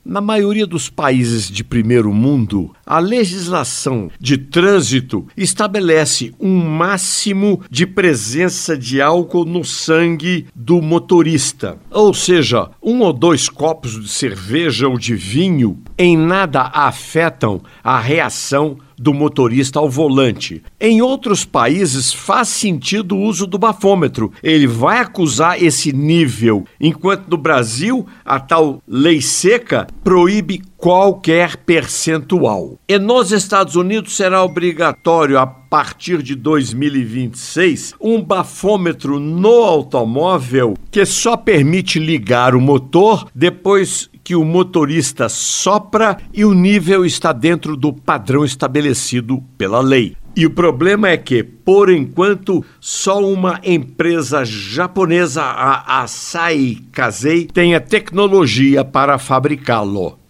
Na maioria dos países de primeiro mundo, a legislação de trânsito estabelece um máximo de presença de álcool no sangue do motorista. Ou seja, 1 ou 2 copos de cerveja ou de vinho em nada afetam a reação do motorista ao volante. Em outros países faz sentido o uso do bafômetro. Ele vai acusar esse nível, enquanto no Brasil a tal lei seca proíbe qualquer percentual. E nos Estados Unidos será obrigatório, a partir de 2026, um bafômetro no automóvel que só permite ligar o motor depois que o motorista sopra e o nível está dentro do padrão estabelecido pela lei. E o problema é que, por enquanto, só uma empresa japonesa, a Asahi Kasei, tem a tecnologia para fabricá-lo.